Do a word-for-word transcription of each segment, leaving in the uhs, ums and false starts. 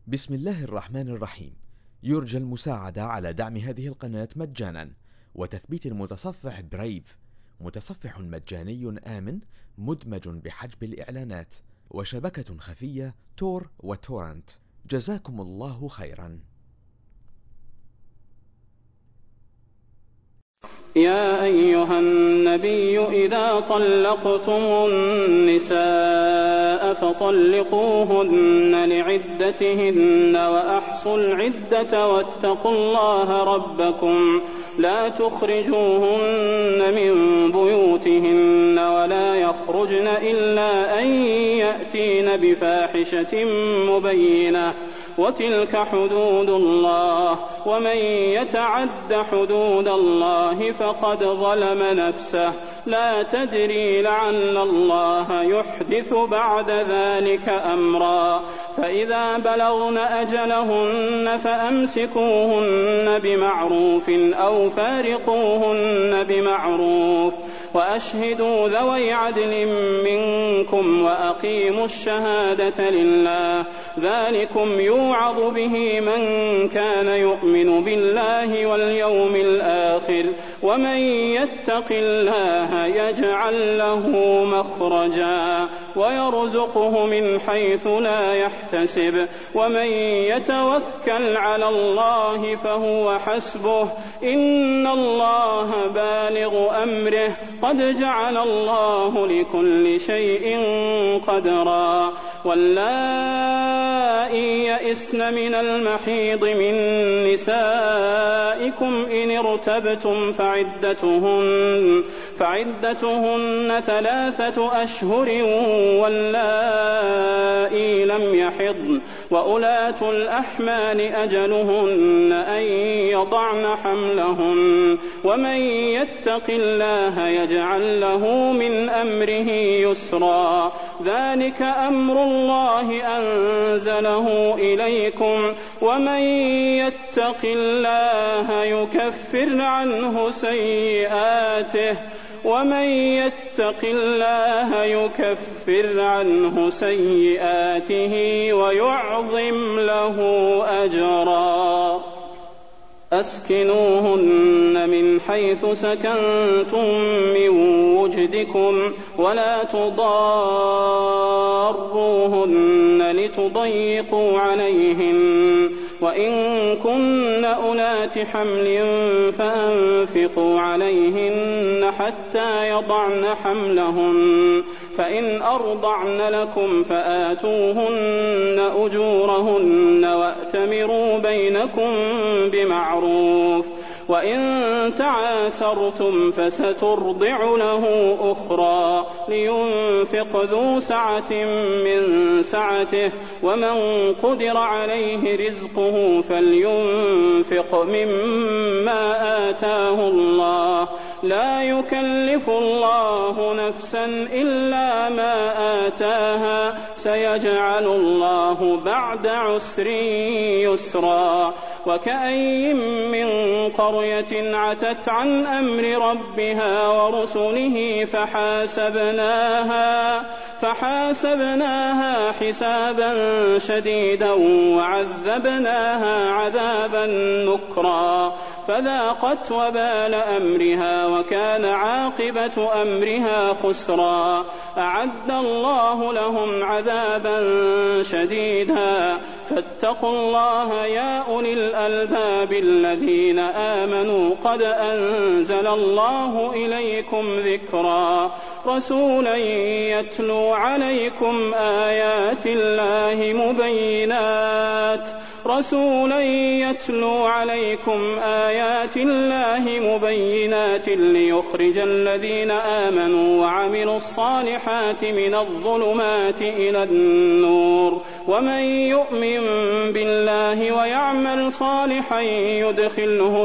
بسم الله الرحمن الرحيم. يرجى المساعدة على دعم هذه القناة مجانا وتثبيت المتصفح برايف، متصفح مجاني آمن مدمج بحجب الإعلانات، وشبكة خفية تور وتورنت. جزاكم الله خيرا. يا أيها النبي إذا طلقتم النساء فطلقوهن لعدتهن وأحصوا العدة واتقوا الله ربكم لا تخرجوهن من بيوتهن ولا يخرجن إلا أن يأتين بفاحشة مبينة وتلك حدود الله ومن يتعد حدود الله فقد ظلم نفسه لا تدري لعل الله يحدث بعد ذلك أمرا فإذا بلغن أجلهن فأمسكوهن بمعروف أو فارقوهن بمعروف وأشهدوا ذوي عدل منكم وأقيموا الشهادة لله ذلكم يوعظ به من كان يؤمن بالله واليوم الآخر ومن يتق الله يجعل له مخرجا ويرزقه من حيث لا يحتسب ومن يتوكل على الله فهو حسبه إن الله بالغ أمره قد جعل الله لكل شيء قدرا واللائي يئسن من المحيض من نسائكم إن ارتبتم فعدتهن, فعدتهن ثلاثة أشهر واللائي لم يحضن وأولاة الأحمال أجلهن أن يضعن حملهن ومن يتق الله يجعل له من أمره يسرا ذلك أمر الله أنزله إليكم ومن يتق الله يكفر عنه سيئاته ومن يتق الله يكفر عنه سيئاته ويعظم له أجرا أسكنوهن من حيث سكنتم من وجدكم ولا تضاروهن لتضيقوا عليهن وإن كن أولات حمل فأنفقوا عليهن حتى يضعن حملهن فإن أرضعن لكم فآتوهن أجورهن وأتمروا بينكم بمعروف وإن تعاسرتم فسترضع له أخرى لينفق ذو سعة من سعته ومن قدر عليه رزقه فلينفق مما آتاه الله لا يكلف الله نفسا إلا ما آتاها سيجعل الله بعد عسر يسرا وكأي من قرية عتت عن أمر ربها ورسله فحاسبناها فحاسبناها حسابا شديدا وعذبناها عذابا نكرا فذاقت وبال أمرها وكان عاقبة أمرها خسرا أعد الله لهم عذابا شديدا فاتقوا الله يا أولي الألباب الذين آمنوا قد أنزل الله إليكم ذكرا رسولا يتلو عليكم آيات الله مبينات رسولا يتلو عليكم آيات الله مبينات ليخرج الذين آمنوا وعملوا الصالحات من الظلمات إلى النور ومن يؤمن بالله ويعمل صالحا يدخله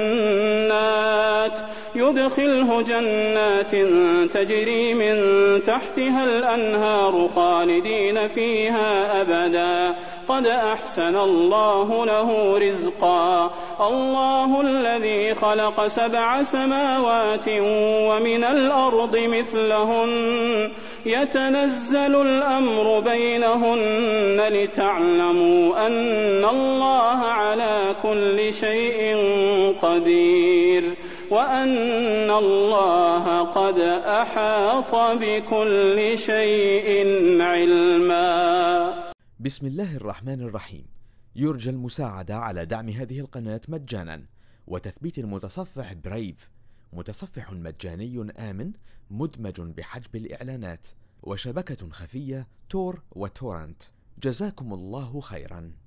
جنات يدخله جنات تجري من تحتها الأنهار خالدين فيها أبدا قد أحسن الله له رزقا الله الذي خلق سبع سماوات ومن الأرض مثلهن يتنزل الأمر بينهن لتعلموا أن الله على كل شيء قدير وأن الله قد أحاط بكل شيء علما. بسم الله الرحمن الرحيم. يرجى المساعدة على دعم هذه القناة مجانا وتثبيت المتصفح برايف، متصفح مجاني آمن مدمج بحجب الإعلانات، وشبكة خفية تور وتورنت. جزاكم الله خيرا.